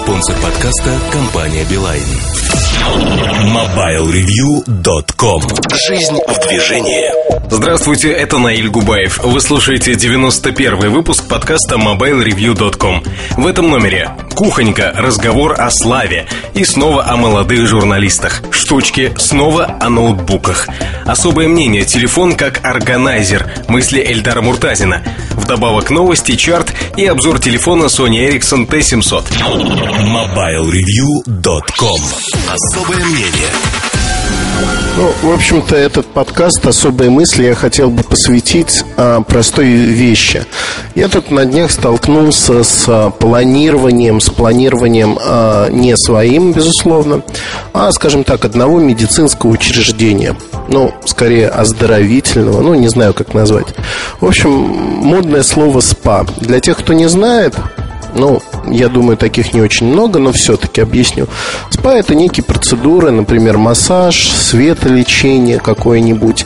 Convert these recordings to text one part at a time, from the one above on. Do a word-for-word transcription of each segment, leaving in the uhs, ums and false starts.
Спонсор подкаста – компания Билайн. мобайл ревью точка ком. Жизнь в движении. Здравствуйте, это Наиль Губаев. Вы слушаете девяносто первый выпуск подкаста мобайл ревью точка ком. В этом номере кухонька, разговор о славе. И снова о молодых журналистах. Штучки, снова о ноутбуках. Особое мнение, телефон как органайзер. Мысли Эльдара Муртазина. Вдобавок новости, чарт и обзор телефона Sony Ericsson ти семьсот. мобайл ревью точка ком. Особое мнение. Ну, в общем-то, этот подкаст «Особые мысли» я хотел бы посвятить а, простой вещи. Я тут на днях столкнулся с а, планированием, с планированием а, не своим, безусловно, а, скажем так, одного медицинского учреждения. Ну, скорее, оздоровительного, ну, не знаю, как назвать. В общем, модное слово «спа». Для тех, кто не знает... Ну, я думаю, таких не очень много, но все-таки объясню. СПА – это некие процедуры, например, массаж, светолечение какое-нибудь,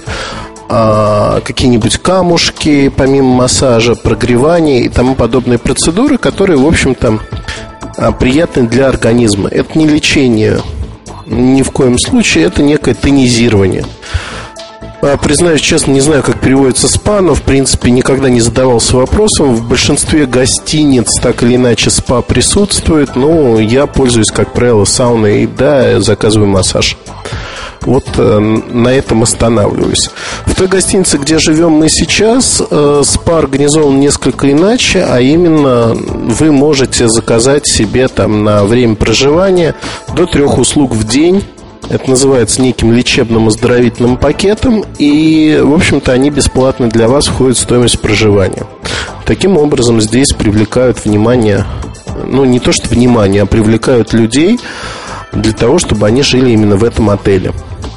а, какие-нибудь камушки, помимо массажа, прогревание и тому подобные процедуры, которые, в общем-то, приятны для организма. Это не лечение ни в коем случае, это некое тонизирование. Признаюсь честно, не знаю, как переводится спа, но, в принципе, никогда не задавался вопросом. В большинстве гостиниц так или иначе спа присутствует, но я пользуюсь, как правило, сауной и, да, заказываю массаж. Вот э, на этом останавливаюсь. В той гостинице, где живем мы сейчас, э, спа организован несколько иначе, а именно вы можете заказать себе там на время проживания до трех услуг в день. Это называется неким лечебным оздоровительным пакетом. И, в общем-то, они бесплатно для вас входят в стоимость проживания. Таким образом, здесь привлекают внимание, ну, не то что внимание, а привлекают людей для того, чтобы они жили именно в этом отеле.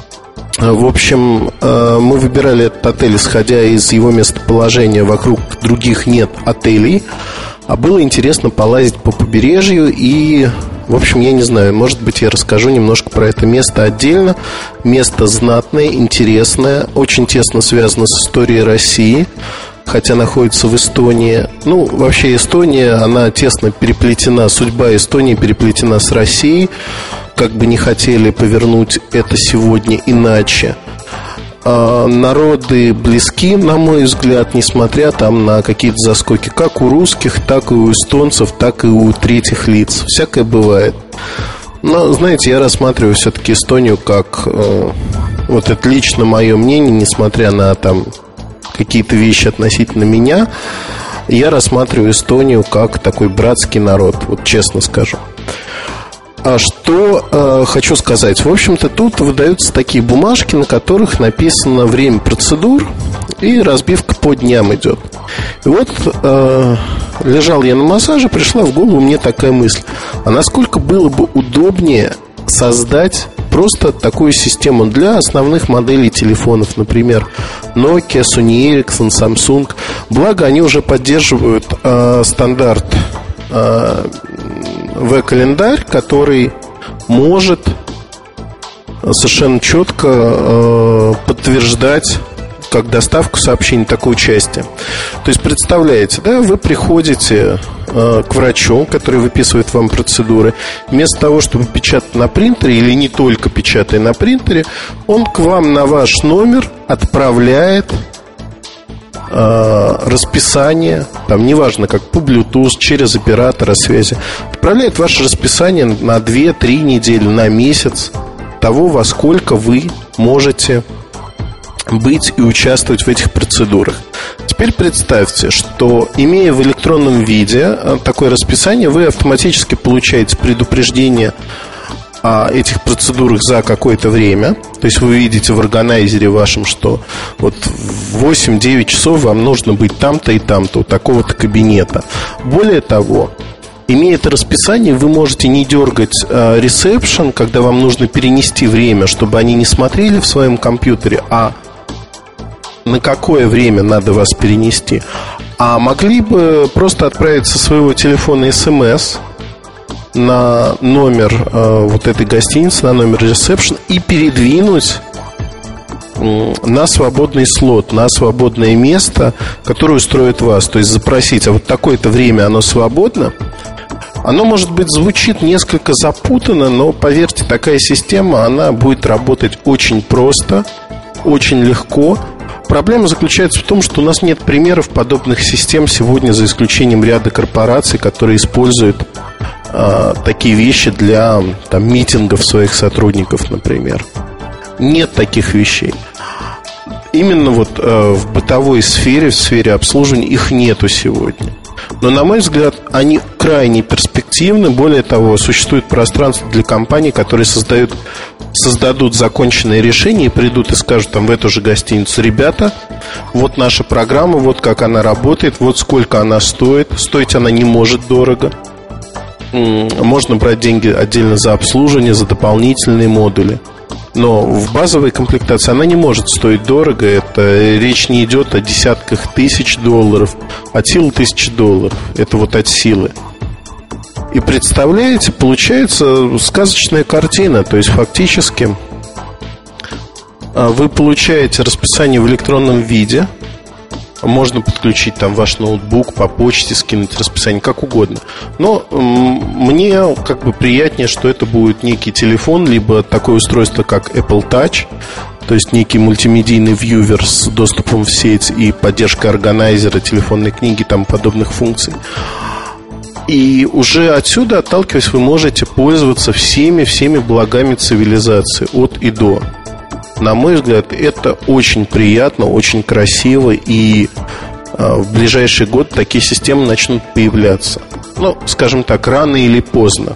В общем, мы выбирали этот отель, исходя из его местоположения. Вокруг других нет отелей. А было интересно полазить по побережью. И, в общем, я не знаю, может быть, я расскажу немножко про это место отдельно. Место знатное, интересное, очень тесно связано с историей России, хотя находится в Эстонии. Ну, вообще Эстония, она тесно переплетена, судьба Эстонии переплетена с Россией. Как бы не хотели повернуть это сегодня иначе. Народы близки, на мой взгляд, несмотря там на какие-то заскоки, как у русских, так и у эстонцев, так и у третьих лиц. Всякое бывает. Но, знаете, я рассматриваю все-таки Эстонию как, э, вот это лично мое мнение, несмотря на там какие-то вещи относительно меня, я рассматриваю Эстонию как такой братский народ, вот честно скажу. А что э, хочу сказать. В общем-то, тут выдаются такие бумажки, на которых написано время процедур, и разбивка по дням идет. И вот э, лежал я на массаже, пришла в голову мне такая мысль: а насколько было бы удобнее создать просто такую систему для основных моделей телефонов, например, Nokia, Sony Ericsson, Samsung. Благо, они уже поддерживают э, стандарт э, В-календарь, который может совершенно четко э, подтверждать как доставку сообщений такой части. То есть, представляете, да, вы приходите э, к врачу, который выписывает вам процедуры. Вместо того, чтобы печатать на принтере, или не только печатая на принтере, он к вам на ваш номер отправляет расписание, там неважно как, по Bluetooth, через оператора связи, отправляет ваше расписание на две-три недели, на месяц того, во сколько вы можете быть и участвовать в этих процедурах. Теперь представьте, что, имея в электронном виде такое расписание, вы автоматически получаете предупреждение о этих процедурах за какое-то время. То есть вы видите в органайзере вашем, что вот в восемь-девять часов вам нужно быть там-то и там-то, у такого-то кабинета. Более того, имея это расписание, вы можете не дергать э, ресепшн, когда вам нужно перенести время, чтобы они не смотрели в своем компьютере, а на какое время надо вас перенести. А могли бы просто отправить со своего телефона смс на номер э, вот этой гостиницы, на номер ресепшн, и передвинуть э, на свободный слот, на свободное место, которое устроит вас. То есть запросить: а вот такое-то время оно свободно. Оно, может быть, звучит несколько запутанно, но, поверьте, такая система, она будет работать очень просто, очень легко. Проблема заключается в том, что у нас нет примеров подобных систем сегодня, за исключением ряда корпораций, которые используют а, такие вещи для там, митингов своих сотрудников, например. Нет таких вещей. Именно вот э, в бытовой сфере, в сфере обслуживания их нету сегодня. Но, на мой взгляд, они крайне перспективны. Более того, существует пространство для компаний, которые создают, создадут законченные решения и придут и скажут там в эту же гостиницу: ребята, вот наша программа, вот как она работает, вот сколько она стоит. Стоить она не может дорого. Можно брать деньги отдельно за обслуживание, за дополнительные модули. Но в базовой комплектации она не может стоить дорого. Это речь не идет о десятках тысяч долларов. От силы тысячи долларов. Это вот от силы. И представляете, получается сказочная картина. То есть фактически вы получаете расписание в электронном виде. Можно подключить там ваш ноутбук, по почте скинуть расписание, как угодно. Но мне как бы приятнее, что это будет некий телефон, либо такое устройство, как Apple Touch, то есть некий мультимедийный вьювер с доступом в сеть и поддержкой органайзера, телефонной книги, там подобных функций. И уже отсюда, отталкиваясь, вы можете пользоваться всеми-всеми благами цивилизации от и до. На мой взгляд, это очень приятно, очень красиво. И э, в ближайший год такие системы начнут появляться. Ну, скажем так, рано или поздно.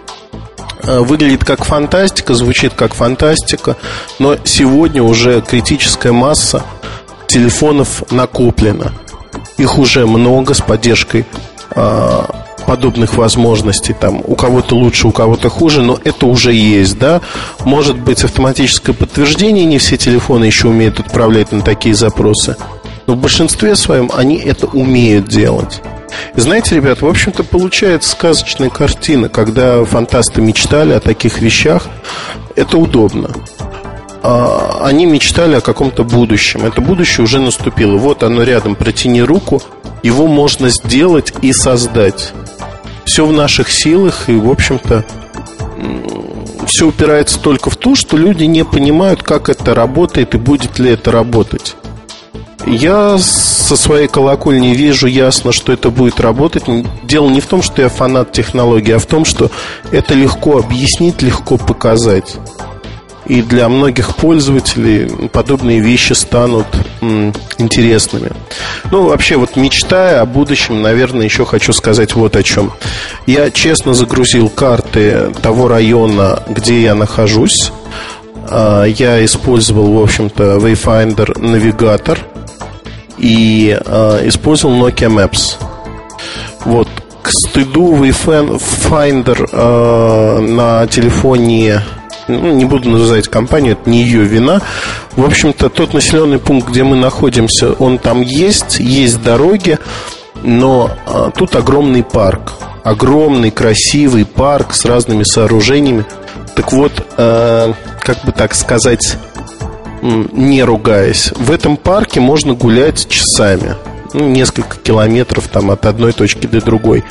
э, Выглядит как фантастика, звучит как фантастика. Но сегодня уже критическая масса телефонов накоплена. Их уже много с поддержкой э, подобных возможностей. Там у кого-то лучше, у кого-то хуже, но это уже есть, да. Может быть автоматическое подтверждение. Не все телефоны еще умеют отправлять на такие запросы, но в большинстве своем они это умеют делать. И знаете, ребят, в общем-то получается сказочная картина. Когда фантасты мечтали о таких вещах, это удобно. Они мечтали о каком-то будущем. Это будущее уже наступило. Вот оно рядом, протяни руку. Его можно сделать и создать. Все в наших силах. И, в общем-то, все упирается только в то, что люди не понимают, как это работает и будет ли это работать. Я со своей колокольни вижу ясно, что это будет работать. Дело не в том, что я фанат технологий, а в том, что это легко объяснить, легко показать. И для многих пользователей подобные вещи станут м, интересными. Ну, вообще, вот мечтая о будущем, наверное, еще хочу сказать вот о чем. Я честно загрузил карты того района, где я нахожусь. Я использовал, в общем-то, Wayfinder навигатор и использовал Nokia Maps. Вот. К стыду Wayfinder на телефоне... Ну, не буду называть компанию, это не ее вина. В общем-то, тот населенный пункт, где мы находимся, он там есть, есть дороги, но а, тут огромный парк. Огромный, красивый парк с разными сооружениями. Так вот, а, как бы так сказать, не ругаясь, в этом парке можно гулять часами. Ну, несколько километров там от одной точки до другой.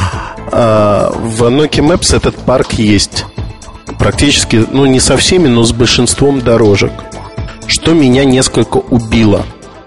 а, В Nokia Maps этот парк есть. Практически, ну не со всеми, но с большинством дорожек. Что меня несколько убило.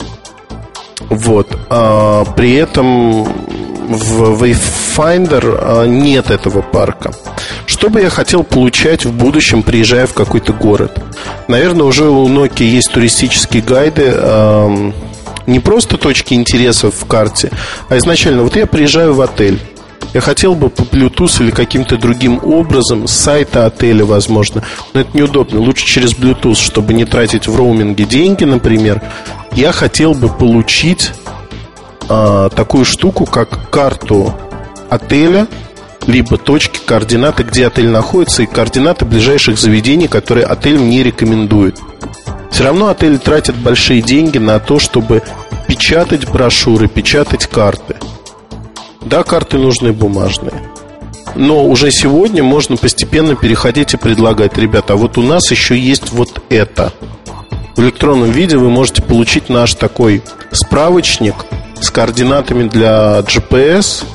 Вот. а, При этом в Wayfinder а, нет этого парка. Что бы я хотел получать в будущем, приезжая в какой-то город? Наверное, уже у Nokia есть туристические гайды. а, Не просто точки интересов в карте, а изначально, вот я приезжаю в отель. Я хотел бы по Bluetooth или каким-то другим образом, с сайта отеля, возможно. Но это неудобно. Лучше через Bluetooth, чтобы не тратить в роуминге деньги, например. Я хотел бы получить а, такую штуку, как карту отеля, либо точки, координаты, где отель находится, и координаты ближайших заведений, которые отель мне рекомендует. Все равно отели тратят большие деньги на то, чтобы печатать брошюры, печатать карты. Да, карты нужны бумажные. Но уже сегодня можно постепенно переходить и предлагать: ребята, а вот у нас еще есть вот это. В электронном виде вы можете получить наш такой справочник с координатами для джи пи эс.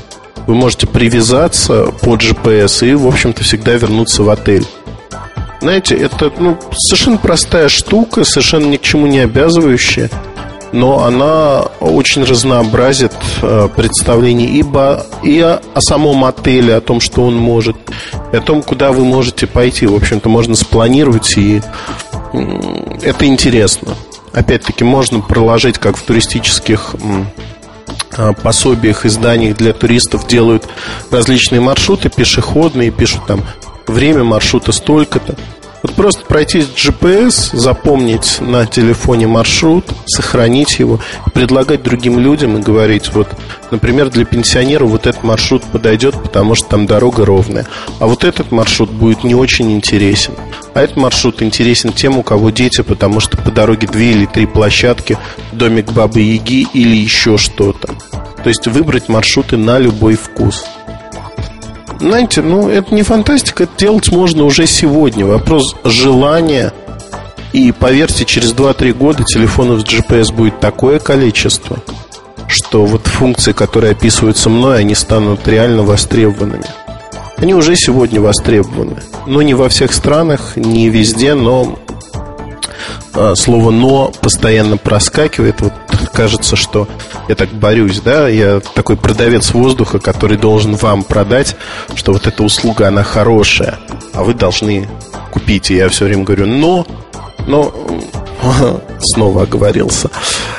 вы можете привязаться по джи пи эс и, в общем-то, всегда вернуться в отель. Знаете, это ну, совершенно простая штука, совершенно ни к чему не обязывающая, но она очень разнообразит э, представление ибо и о, о самом отеле, о том, что он может, и о том, куда вы можете пойти. В общем-то, можно спланировать, и э, это интересно. Опять-таки, можно проложить, как в туристических э, пособиях, изданиях для туристов делают различные маршруты пешеходные, пишут там время маршрута столько-то. Вот просто пройти с джи пи эс, запомнить на телефоне маршрут, сохранить его, предлагать другим людям и говорить, вот, например, для пенсионера вот этот маршрут подойдет, потому что там дорога ровная, а вот этот маршрут будет не очень интересен. А этот маршрут интересен тем, у кого дети, потому что по дороге две или три площадки, домик Бабы Яги или еще что-то. То есть выбрать маршруты на любой вкус. Знаете, ну это не фантастика, это делать можно уже сегодня. Вопрос желания. И поверьте, через два-три года телефонов с джи пи эс будет такое количество, что вот функции, которые описываются мной, они станут реально востребованными. Они уже сегодня востребованы. Но не во всех странах, не везде, но а, слово «но» постоянно проскакивает. Вот кажется, что я так борюсь, да, я такой продавец воздуха, который должен вам продать, что вот эта услуга, она хорошая, а вы должны купить. И я все время говорю «но», но снова оговорился.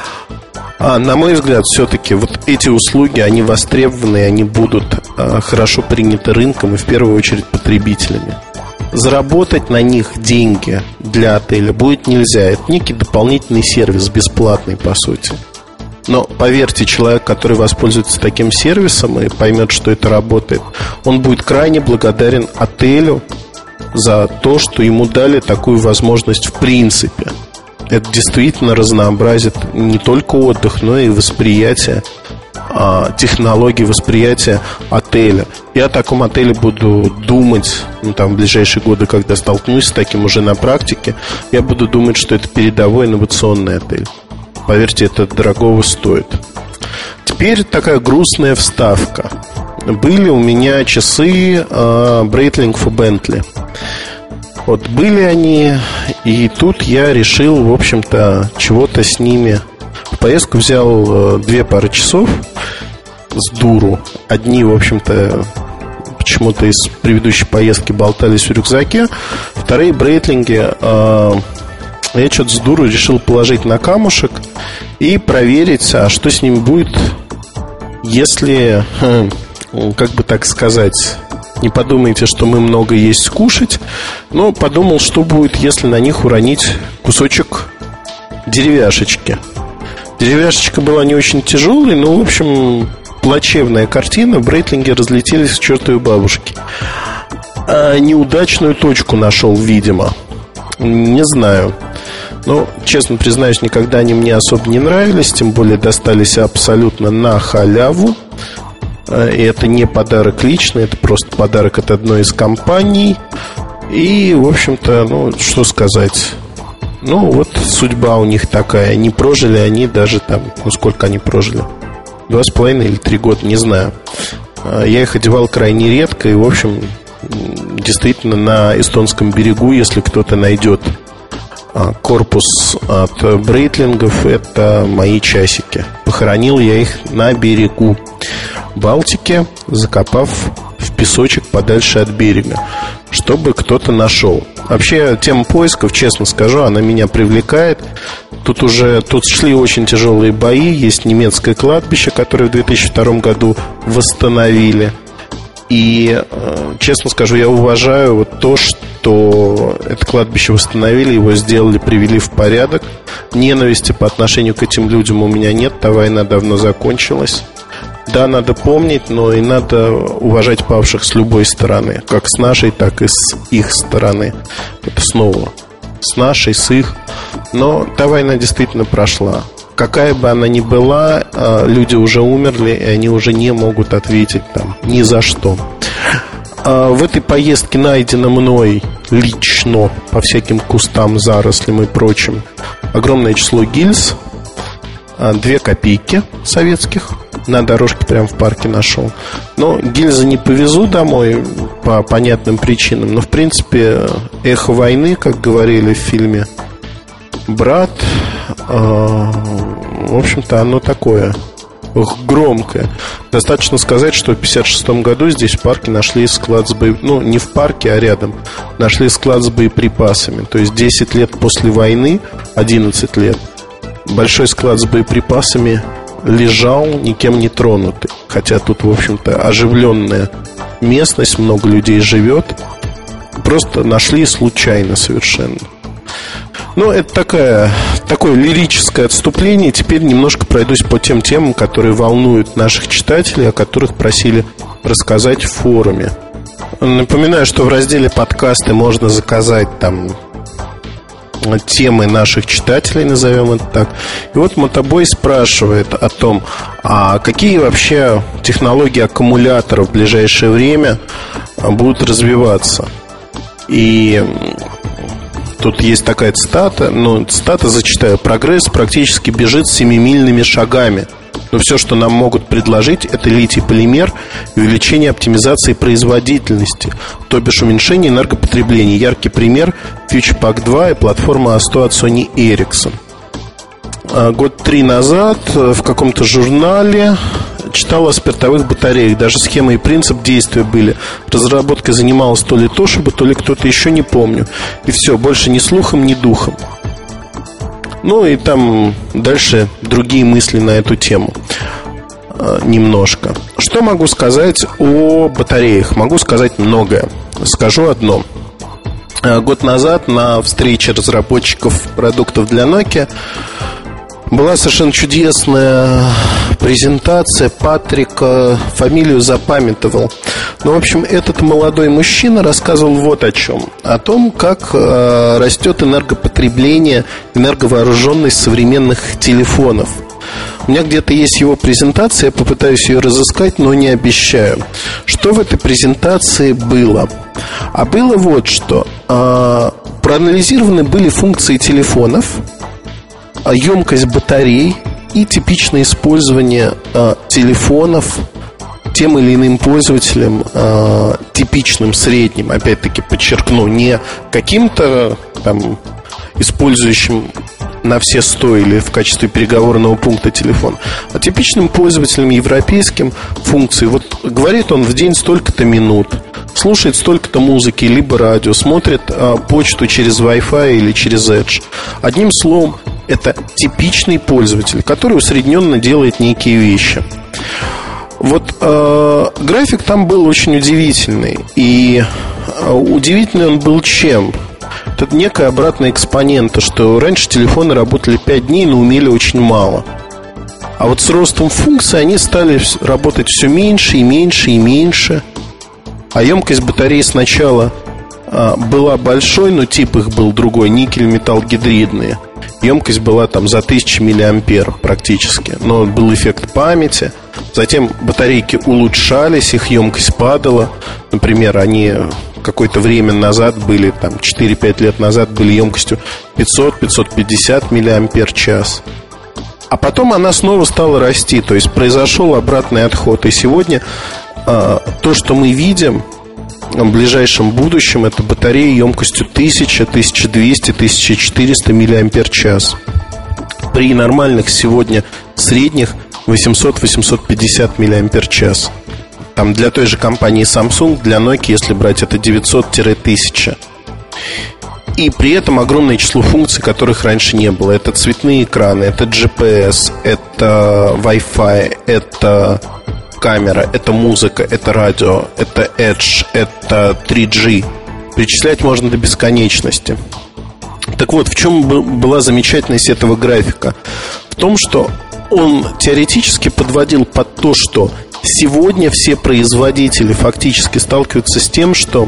А на мой взгляд, все-таки вот эти услуги, они востребованы, они будут а, хорошо приняты рынком и в первую очередь потребителями. Заработать на них деньги для отеля будет нельзя. Это некий дополнительный сервис, бесплатный по сути. Но поверьте, человек, который воспользуется таким сервисом и поймет, что это работает, он будет крайне благодарен отелю за то, что ему дали такую возможность в принципе. Это действительно разнообразит не только отдых, но и восприятие, технологии восприятия отеля. Я о таком отеле буду думать, ну, там, в ближайшие годы, когда столкнусь с таким уже на практике. Я буду думать, что это передовой инновационный отель. Поверьте, это дорогого стоит. Теперь такая грустная вставка. Были у меня часы uh, Breitling for Bentley. Вот были они, и тут я решил, в общем-то, чего-то с ними. В поездку взял две пары часов с дуру. Одни, в общем-то, почему-то из предыдущей поездки болтались в рюкзаке. Вторые брейтлинги э, я что-то с дуру решил положить на камушек и проверить, а что с ними будет, если, э, как бы так сказать, не подумайте, что мы много есть скушать, но подумал, что будет, если на них уронить кусочек деревяшечки. Деревяшечка была не очень тяжелой, но, в общем, плачевная картина. Брейтлинги разлетелись к чертовой бабушке. А неудачную точку нашел, видимо. Не знаю. Но, честно признаюсь, никогда они мне особо не нравились. Тем более достались абсолютно на халяву. И это не подарок личный, это просто подарок от одной из компаний. И, в общем-то, ну, что сказать. Ну, вот судьба у них такая. Не прожили они даже там, ну, сколько они прожили? Два с половиной или три года, не знаю. Я их одевал крайне редко. И, в общем, действительно, на эстонском берегу, если кто-то найдет корпус от брейтлингов, это мои часики. Похоронил я их на берегу Балтики, закопав в песочек подальше от берега, чтобы кто-то нашел. Вообще, тема поисков, честно скажу, она меня привлекает. Тут уже тут шли очень тяжелые бои. Есть немецкое кладбище, которое в две тысячи втором году восстановили. И, честно скажу, я уважаю вот то, что это кладбище восстановили, его сделали, привели в порядок. Ненависти по отношению к этим людям у меня нет. Та война давно закончилась. Да, надо помнить, но и надо уважать павших с любой стороны. Как с нашей, так и с их стороны. Это снова с нашей, с их. Но та война действительно прошла. Какая бы она ни была, люди уже умерли, и они уже не могут ответить там ни за что. В этой поездке найдено мной лично по всяким кустам, зарослям и прочим огромное число гильз. две копейки советских. На дорожке прямо в парке нашел. Но гильзы не повезу домой по понятным причинам. Но, в принципе, эхо войны, как говорили в фильме «Брат», э, в общем-то, оно такое громкое. Достаточно сказать, что в пятьдесят шестом году здесь в парке нашли склад с боеприпасами. Ну, не в парке, а рядом. Нашли склад с боеприпасами. То есть десять лет после войны, одиннадцать лет, большой склад с боеприпасами лежал, никем не тронутый. Хотя тут, в общем-то, оживленная местность, много людей живет. Просто нашли случайно совершенно. Ну, это такая, такое лирическое отступление. Теперь немножко пройдусь по тем темам, которые волнуют наших читателей, о которых просили рассказать в форуме. Напоминаю, что в разделе «Подкасты» можно заказать там темы наших читателей, назовем это так. И вот Мотобой спрашивает о том, а какие вообще технологии аккумуляторов в ближайшее время будут развиваться. И тут есть такая цитата, ну, цитата зачитаю: «Прогресс практически бежит семимильными шагами. Но все, что нам могут предложить, это литий-полимер и увеличение оптимизации производительности, то бишь уменьшение энергопотребления. Яркий пример – FuturePack два и платформа а сто от Sony Ericsson». Год три назад в каком-то журнале читал о спиртовых батареях. Даже схема и принцип действия были. Разработкой занималась то ли Toshiba, то ли кто-то еще, не помню. И все, больше ни слухом, ни духом. Ну и там дальше другие мысли на эту тему немножко. Что могу сказать о батареях? Могу сказать многое. Скажу одно. Год назад на встрече разработчиков продуктов для Nokia была совершенно чудесная презентация Патрика, фамилию запамятовал. Ну, в общем, этот молодой мужчина рассказывал вот о чем. О том, как э, растет энергопотребление, энерговооруженность современных телефонов. У меня где-то есть его презентация, я попытаюсь ее разыскать, но не обещаю. Что в этой презентации было? А было вот что. Э, проанализированы были функции телефонов, емкость батарей и типичное использование э, телефонов тем или иным пользователем, э, типичным, средним. Опять-таки подчеркну, не каким-то там использующим на все сто или в качестве переговорного пункта телефон, а типичным пользователем европейским функций. Вот говорит он в день столько-то минут, слушает столько-то музыки, либо радио, смотрит э, почту через Wi-Fi или через Edge. Одним словом, это типичный пользователь, который усредненно делает некие вещи. Вот э, график там был очень удивительный. И э, удивительный он был чем? Это некая обратная экспонента, что раньше телефоны работали пять дней, но умели очень мало. А вот с ростом функций они стали работать все меньше и меньше и меньше. А емкость батареи сначала э, была большой, но тип их был другой, никель-металл-гидридные. Емкость была там за тысячу миллиампер практически. Но был эффект памяти. Затем батарейки улучшались, их емкость падала. Например, они какое-то время назад были, там четыре-пять лет назад были емкостью пятьсот - пятьсот пятьдесят миллиампер час. А потом она снова стала расти. То есть произошел обратный отход. И сегодня э, то, что мы видим в ближайшем будущем, это батареи емкостью тысяча, тысяча двести, тысяча четыреста миллиампер час. При нормальных сегодня средних восемьсот - восемьсот пятьдесят миллиампер час. Там для той же компании Samsung, для Nokia, если брать, это девятьсот - тысяча. И при этом огромное число функций, которых раньше не было. Это цветные экраны, это джи пи эс, это Wi-Fi, это камера, это музыка, это радио, это Edge, это три джи. Перечислять можно до бесконечности. Так вот, в чем была замечательность этого графика? В том, что он теоретически подводил под то, что сегодня все производители фактически сталкиваются с тем, что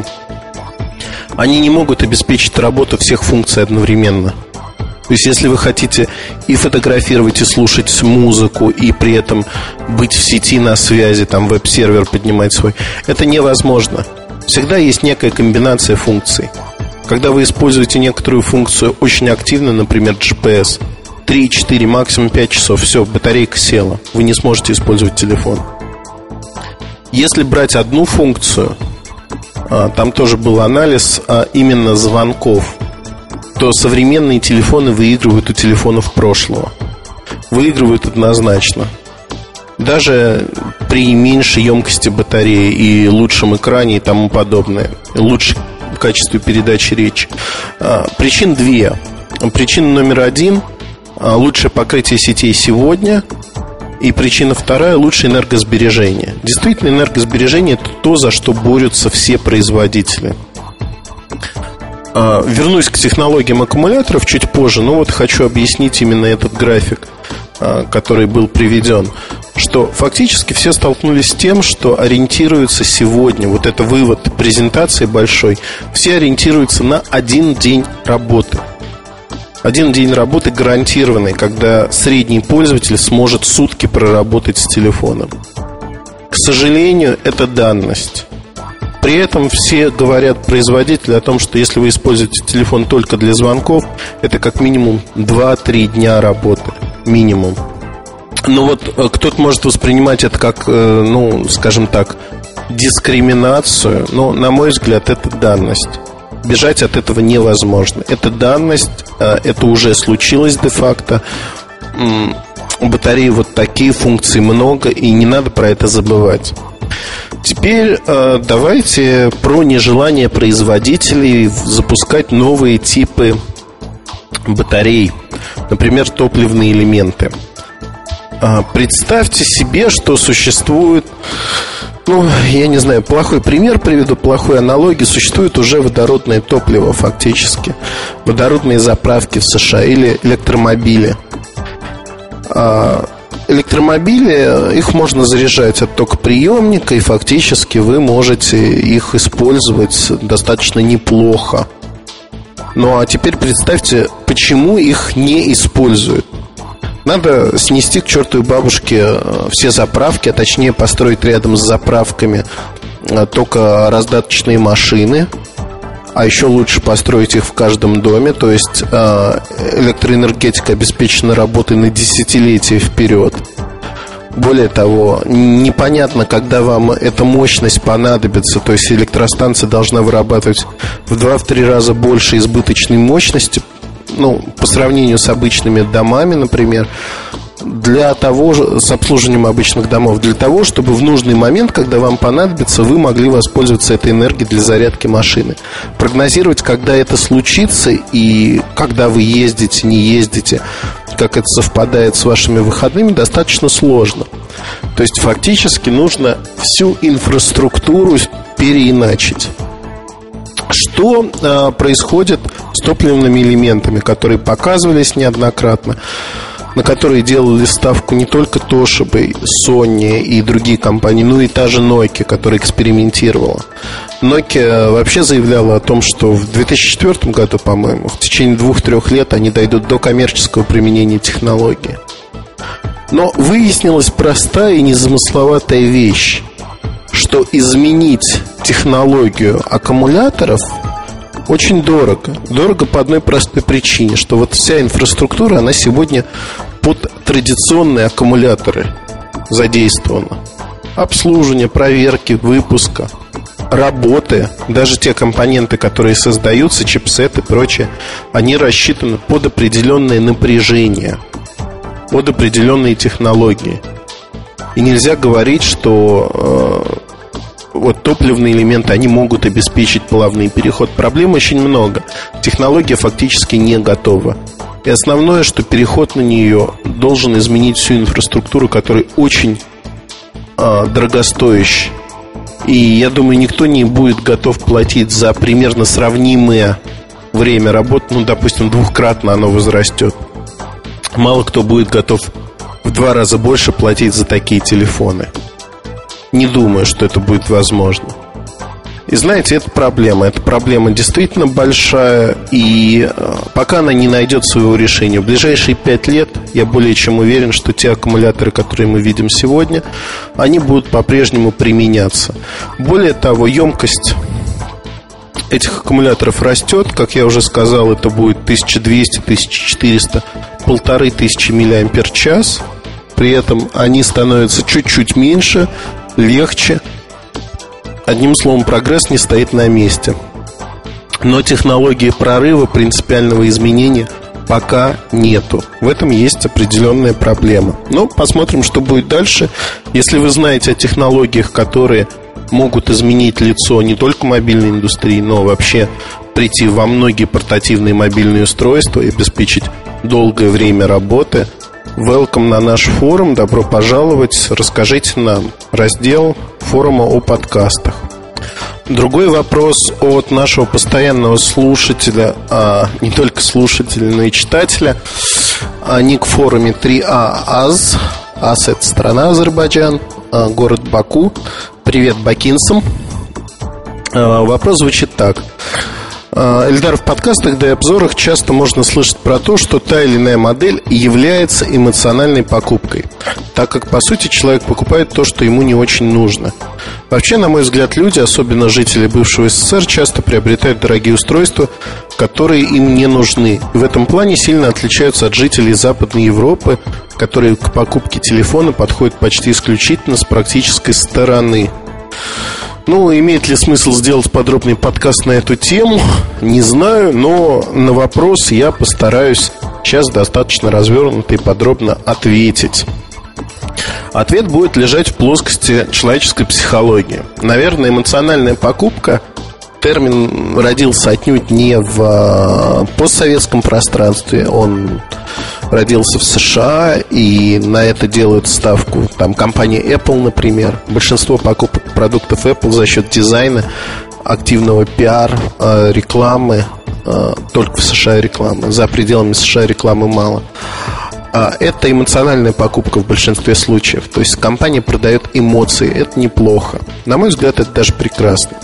они не могут обеспечить работу всех функций одновременно. То есть, если вы хотите и фотографировать, и слушать музыку, и при этом быть в сети на связи, там веб-сервер поднимать свой, это невозможно. Всегда есть некая комбинация функций. Когда вы используете некоторую функцию очень активно, например, джи пи эс, три-четыре, максимум пять часов. Все, батарейка села. Вы не сможете использовать телефон. Если брать одну функцию, там тоже был анализ именно звонков, то современные телефоны выигрывают у телефонов прошлого. Выигрывают однозначно. Даже при меньшей емкости батареи и лучшем экране и тому подобное. Лучшем качестве передачи речи. Причин две. Причина номер один – лучшее покрытие сетей сегодня. И причина вторая – лучшее энергосбережение. Действительно, энергосбережение – это то, за что борются все производители. Вернусь к технологиям аккумуляторов чуть позже, но вот хочу объяснить именно этот график, который был приведен. Что фактически все столкнулись с тем, что ориентируются сегодня, вот это вывод презентации большой, все ориентируются на один день работы. Один день работы гарантированный, когда средний пользователь сможет сутки проработать с телефоном. К сожалению, это данность. При этом все говорят производители о том, что если вы используете телефон только для звонков, это как минимум два-три дня работы. Минимум. Но вот кто-то может воспринимать это как, ну, скажем так, дискриминацию. Но, на мой взгляд, это данность. Бежать от этого невозможно. Это данность, это уже случилось де-факто. У батареи вот такие функции много, и не надо про это забывать. Теперь давайте про нежелание производителей запускать новые типы батарей. Например, топливные элементы. Представьте себе, что существует, ну, я не знаю, плохой пример приведу, плохой аналогии. Существует уже водородное топливо фактически. Водородные заправки в США или электромобили. Электромобили, их можно заряжать от токоприемника, и фактически вы можете их использовать достаточно неплохо. Ну а теперь представьте, почему их не используют. Надо снести к чертовой бабушке все заправки, а точнее построить рядом с заправками только раздаточные машины. А еще лучше построить их в каждом доме. То есть электроэнергетика обеспечена работой на десятилетия вперед. Более того, непонятно, когда вам эта мощность понадобится. То есть электростанция должна вырабатывать в два-три раза больше избыточной мощности, ну, по сравнению с обычными домами, например, для того же, с обслуживанием обычных домов, для того, чтобы в нужный момент, когда вам понадобится, вы могли воспользоваться этой энергией для зарядки машины. Прогнозировать, когда это случится и когда вы ездите, не ездите, как это совпадает с вашими выходными, достаточно сложно. То есть фактически нужно всю инфраструктуру переиначить. Что а, происходит с топливными элементами, которые показывались неоднократно, на которые делали ставку не только Toshiba, Sony и другие компании, но и та же Nokia, которая экспериментировала. Nokia вообще заявляла о том, что в две тысячи четвёртом году, по-моему, в течение двух-трех лет они дойдут до коммерческого применения технологии. Но выяснилась простая и незамысловатая вещь, что изменить технологию аккумуляторов очень дорого. Дорого по одной простой причине, что вот вся инфраструктура, она сегодня под традиционные аккумуляторы задействована. Обслуживание, проверки, выпуска, работы, даже те компоненты, которые создаются, чипсеты и прочее, они рассчитаны под определенное напряжение, под определенные технологии. И нельзя говорить, что э, вот топливные элементы, они могут обеспечить плавный переход. Проблем очень много. Технология фактически не готова. И основное, что переход на нее должен изменить всю инфраструктуру, которая очень э, дорогостоящая. И я думаю, никто не будет готов платить за примерно сравнимое время работы. Ну, допустим, двухкратно оно возрастет. Мало кто будет готов в два раза больше платить за такие телефоны. Не думаю, что это будет возможно. И знаете, это проблема. Эта проблема действительно большая. И пока она не найдет своего решения, в ближайшие пять лет я более чем уверен, что те аккумуляторы, которые мы видим сегодня, они будут по-прежнему применяться. Более того, емкость этих аккумуляторов растет. Как я уже сказал, это будет тысяча двести - тысяча четыреста полторы тысячи миллиампер-час. При этом они становятся чуть-чуть меньше, легче. Одним словом, прогресс не стоит на месте. Но технологии прорыва, принципиального изменения пока нету. В этом есть определенная проблема. Но посмотрим, что будет дальше. Если вы знаете о технологиях, которые могут изменить лицо не только мобильной индустрии, но вообще прийти во многие портативные мобильные устройства и обеспечить долгое время работы, welcome на наш форум, добро пожаловать, расскажите нам. Раздел форума о подкастах. Другой вопрос от нашего постоянного слушателя, а не только слушателя, но и читателя. А, ник в форуме три а АЗ. АЗ — это страна Азербайджан, а, город Баку. Привет бакинцам. а, Вопрос звучит так. Эльдар, в подкастах да и обзорах часто можно слышать про то, что та или иная модель является эмоциональной покупкой, так как, по сути, человек покупает то, что ему не очень нужно. Вообще, на мой взгляд, люди, особенно жители бывшего СССР, часто приобретают дорогие устройства, которые им не нужны. И в этом плане сильно отличаются от жителей Западной Европы, которые к покупке телефона подходят почти исключительно с практической стороны. Ну, имеет ли смысл сделать подробный подкаст на эту тему, не знаю, но на вопрос я постараюсь сейчас достаточно развернуто и подробно ответить. Ответ будет лежать в плоскости человеческой психологии. Наверное, эмоциональная покупка, термин родился отнюдь не в постсоветском пространстве, он родился в США, и на это делают ставку там компания Apple, например. Большинство покупок продуктов Apple за счет дизайна, активного пиар, рекламы. Только в США рекламы. За пределами США рекламы мало. Это эмоциональная покупка в большинстве случаев. То есть компания продает эмоции. Это неплохо. На мой взгляд, это даже прекрасно.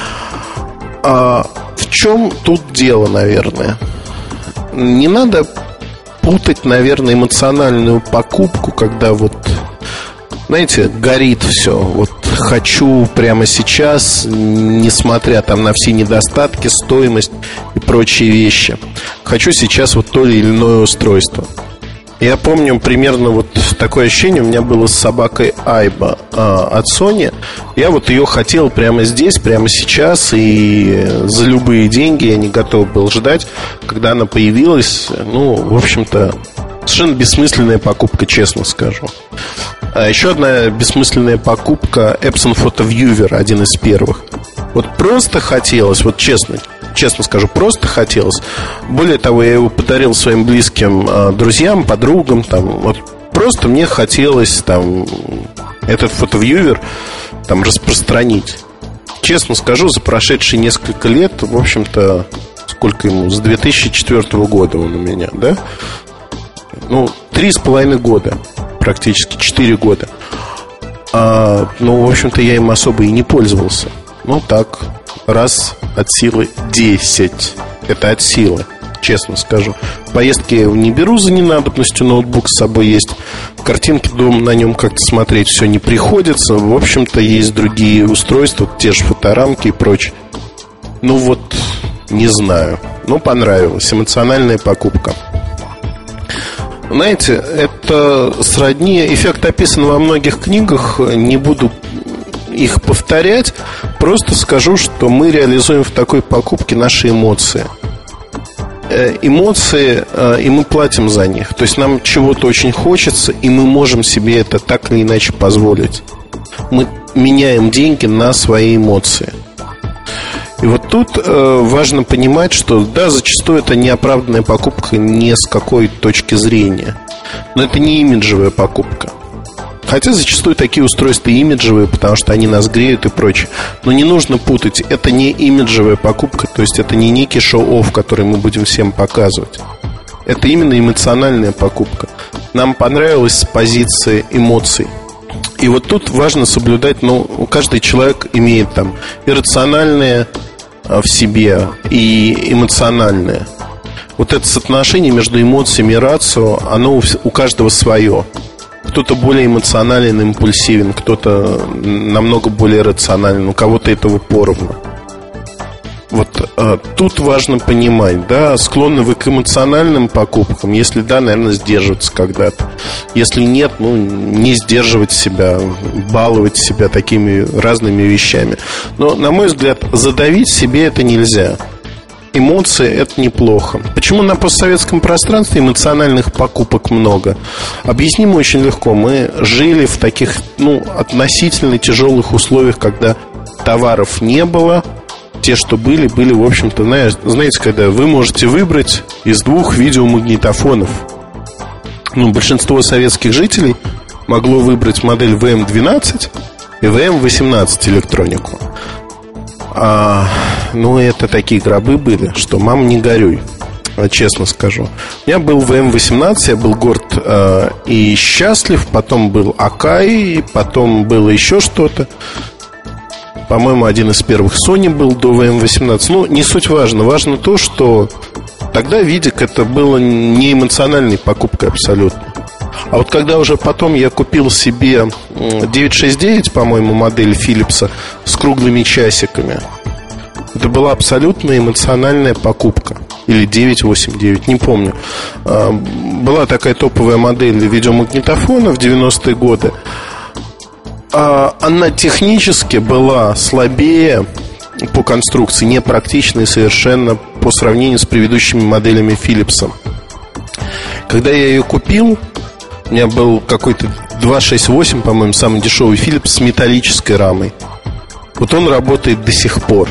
В чем тут дело, наверное? Не надо путать, наверное, эмоциональную покупку, когда вот, знаете, горит все. Вот хочу прямо сейчас, несмотря там на все недостатки, стоимость и прочие вещи. Хочу сейчас вот то или иное устройство. Я помню примерно вот такое ощущение у меня было с собакой Айба а, от Sony. Я вот ее хотел прямо здесь, прямо сейчас, и за любые деньги я не готов был ждать, когда она появилась. Ну, в общем-то, совершенно бессмысленная покупка, честно скажу. А еще одна бессмысленная покупка — Epson Photo Viewer, один из первых. Вот просто хотелось, вот честно, честно скажу, просто хотелось. Более того, я его подарил своим близким э, друзьям, подругам. Там, вот просто мне хотелось там этот фотовьювер там распространить. Честно скажу, за прошедшие несколько лет, в общем-то, сколько ему, с две тысячи четвёртого года он у меня, да? Ну, три с половиной года, практически четыре года. а, Ну, в общем-то, я им особо и не пользовался. Ну, так, раз от силы десять. Это от силы, честно скажу. Поездки я его не беру за ненадобностью, ноутбук с собой есть. Картинки дома на нем как-то смотреть все не приходится. В общем-то, есть другие устройства, те же фоторамки и прочее. Ну вот, не знаю. Ну, понравилось. Эмоциональная покупка. Знаете, это сродни. Эффект описан во многих книгах. Не буду их повторять. Просто скажу, что мы реализуем в такой покупке наши эмоции. Эмоции, и мы платим за них. То есть нам чего-то очень хочется, и мы можем себе это так или иначе позволить. Мы меняем деньги на свои эмоции. И вот тут э, важно понимать, что да, зачастую это неоправданная покупка ни с какой точки зрения. Но это не имиджевая покупка. Хотя зачастую такие устройства имиджевые, потому что они нас греют и прочее. Но не нужно путать, это не имиджевая покупка. То есть это не некий шоу-офф, который мы будем всем показывать. Это именно эмоциональная покупка. Нам понравилось с позиции эмоций. И вот тут важно соблюдать, ну, каждый человек имеет там иррациональное в себе и эмоциональное. Вот это соотношение между эмоциями и рацио, оно у каждого свое. Кто-то более эмоционален, импульсивен, кто-то намного более рационален, у кого-то этого поровну. Вот а, тут важно понимать, да, склонны вы к эмоциональным покупкам. Если да, наверное, сдерживаться когда-то. Если нет, ну, не сдерживать себя, баловать себя такими разными вещами. Но, на мой взгляд, задавить себе это нельзя. Эмоции – это неплохо. Почему на постсоветском пространстве эмоциональных покупок много? Объясним очень легко. Мы жили в таких, ну, относительно тяжелых условиях, когда товаров не было. Те, что были, были, в общем-то, знаете, когда вы можете выбрать из двух видеомагнитофонов. Ну, большинство советских жителей могло выбрать модель ви эм двенадцать и ви эм восемнадцать электронику. А, ну, это такие гробы были, что мама, не горюй, честно скажу. У меня был ви эм восемнадцать, я был горд э, и счастлив. Потом был Акай, потом было еще что-то. По-моему, один из первых Sony был до ви эм восемнадцать. Ну, не суть важно. Важно то, что тогда Видик это было не эмоциональной покупкой абсолютно. А вот когда уже потом я купил себе девятьсот шестьдесят девять, по-моему, модель Philips с круглыми часиками, это была абсолютно эмоциональная покупка. Или девятьсот восемьдесят девять, не помню. Была такая топовая модель видеомагнитофона в девяностые годы. Она технически была слабее по конструкции, непрактичной совершенно по сравнению с предыдущими моделями Philips. Когда я ее купил, у меня был какой-то два шесть восемь, по-моему, самый дешевый Philips с металлической рамой. Вот он работает до сих пор.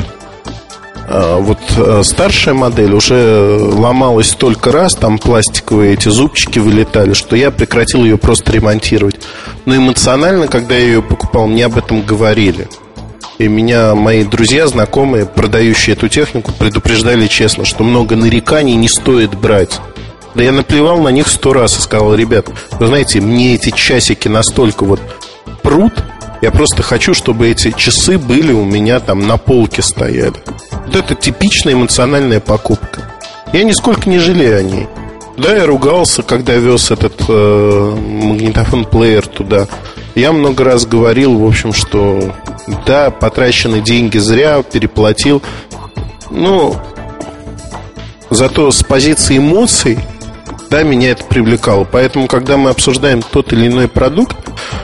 Вот старшая модель уже ломалась столько раз, там пластиковые эти зубчики вылетали, что я прекратил ее просто ремонтировать. Но эмоционально, когда я ее покупал, мне об этом говорили. И меня мои друзья, знакомые, продающие эту технику, предупреждали честно, что много нареканий не стоит брать. Да я наплевал на них сто раз и сказал: ребят, вы знаете, мне эти часики настолько вот прут, я просто хочу, чтобы эти часы были у меня там на полке стояли. Вот это типичная эмоциональная покупка. Я нисколько не жалею о ней. Да, я ругался, когда вез этот э, магнитофон-плеер туда. Я много раз говорил, в общем, что да, потрачены деньги зря, переплатил. Но зато с позиции эмоций, да, меня это привлекало. Поэтому, когда мы обсуждаем тот или иной продукт,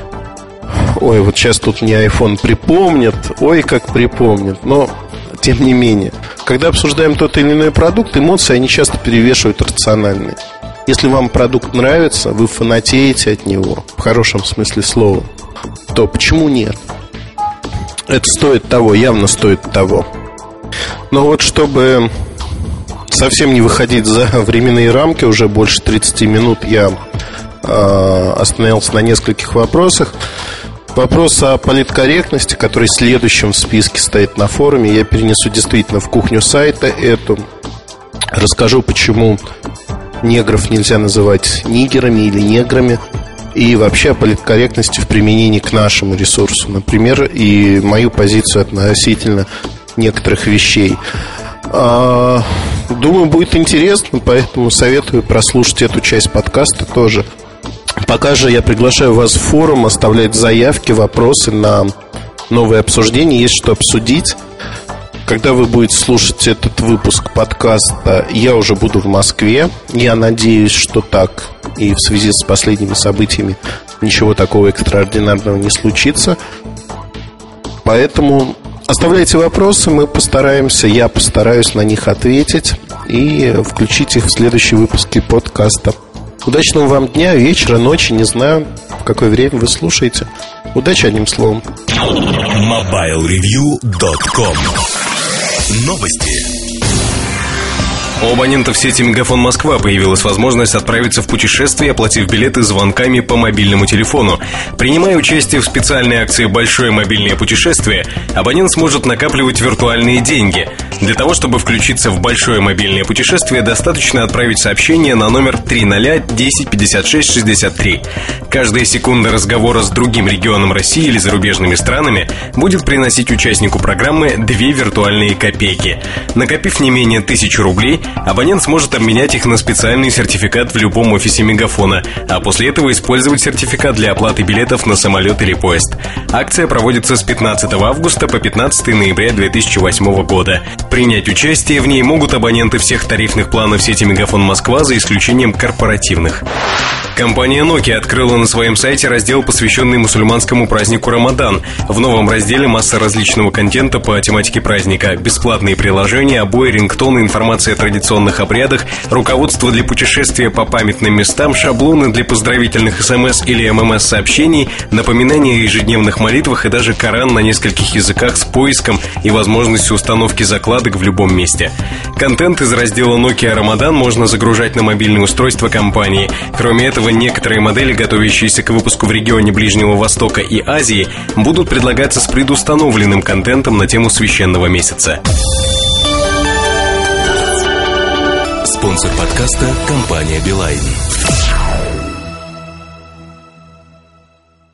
ой, вот сейчас тут мне iPhone припомнит, ой, как припомнит. Но, тем не менее, когда обсуждаем тот или иной продукт, эмоции, они часто перевешивают рациональные. Если вам продукт нравится, вы фанатеете от него, в хорошем смысле слова, то почему нет? Это стоит того, явно стоит того. Но вот чтобы совсем не выходить за временные рамки, уже больше тридцати минут, я э, остановился на нескольких вопросах. Вопрос о политкорректности, который следующим в списке стоит на форуме, я перенесу действительно в кухню сайта эту. Расскажу, почему негров нельзя называть нигерами или неграми, и вообще о политкорректности в применении к нашему ресурсу, например, и мою позицию относительно некоторых вещей. Думаю, будет интересно, поэтому советую прослушать эту часть подкаста тоже. Пока же я приглашаю вас в форум оставлять заявки, вопросы на новые обсуждения. Есть что обсудить. Когда вы будете слушать этот выпуск подкаста, я уже буду в Москве. Я надеюсь, что так. И в связи с последними событиями ничего такого экстраординарного не случится. Поэтому оставляйте вопросы, мы постараемся, я постараюсь на них ответить и включить их в следующие выпуски подкаста. Удачного вам дня, вечера, ночи, не знаю, в какое время вы слушаете. Удачи, одним словом. мобайл ревью точка ком. Новости. У абонентов сети Мегафон Москва появилась возможность отправиться в путешествие, оплатив билеты звонками по мобильному телефону. Принимая участие в специальной акции «Большое мобильное путешествие», абонент сможет накапливать виртуальные деньги. Для того, чтобы включиться в большое мобильное путешествие, достаточно отправить сообщение на номер три ноль десять пятьдесят шесть шестьдесят три. Каждая секунда разговора с другим регионом России или зарубежными странами будет приносить участнику программы две виртуальные копейки. Накопив не менее тысячи рублей, Абонент сможет обменять их на специальный сертификат в любом офисе Мегафона, а после этого использовать сертификат для оплаты билетов на самолет или поезд. Акция проводится с пятнадцатого августа по пятнадцатое ноября две тысячи восьмого года. Принять участие в ней могут абоненты всех тарифных планов сети Мегафон Москва, за исключением корпоративных. Компания Nokia открыла на своем сайте раздел, посвященный мусульманскому празднику Рамадан. В новом разделе масса различного контента по тематике праздника. Бесплатные приложения, обои, рингтоны, информация о традиционных обрядах, руководство для путешествия по памятным местам, шаблоны для поздравительных смс или ммс-сообщений, напоминания о ежедневных молитвах и даже Коран на нескольких языках с поиском и возможностью установки закладок в любом месте. Контент из раздела Nokia Рамадан можно загружать на мобильные устройства компании. Кроме этого, некоторые модели, готовящиеся к выпуску в регионе Ближнего Востока и Азии, будут предлагаться с предустановленным контентом на тему священного месяца. Спонсор подкаста — компания Билайн.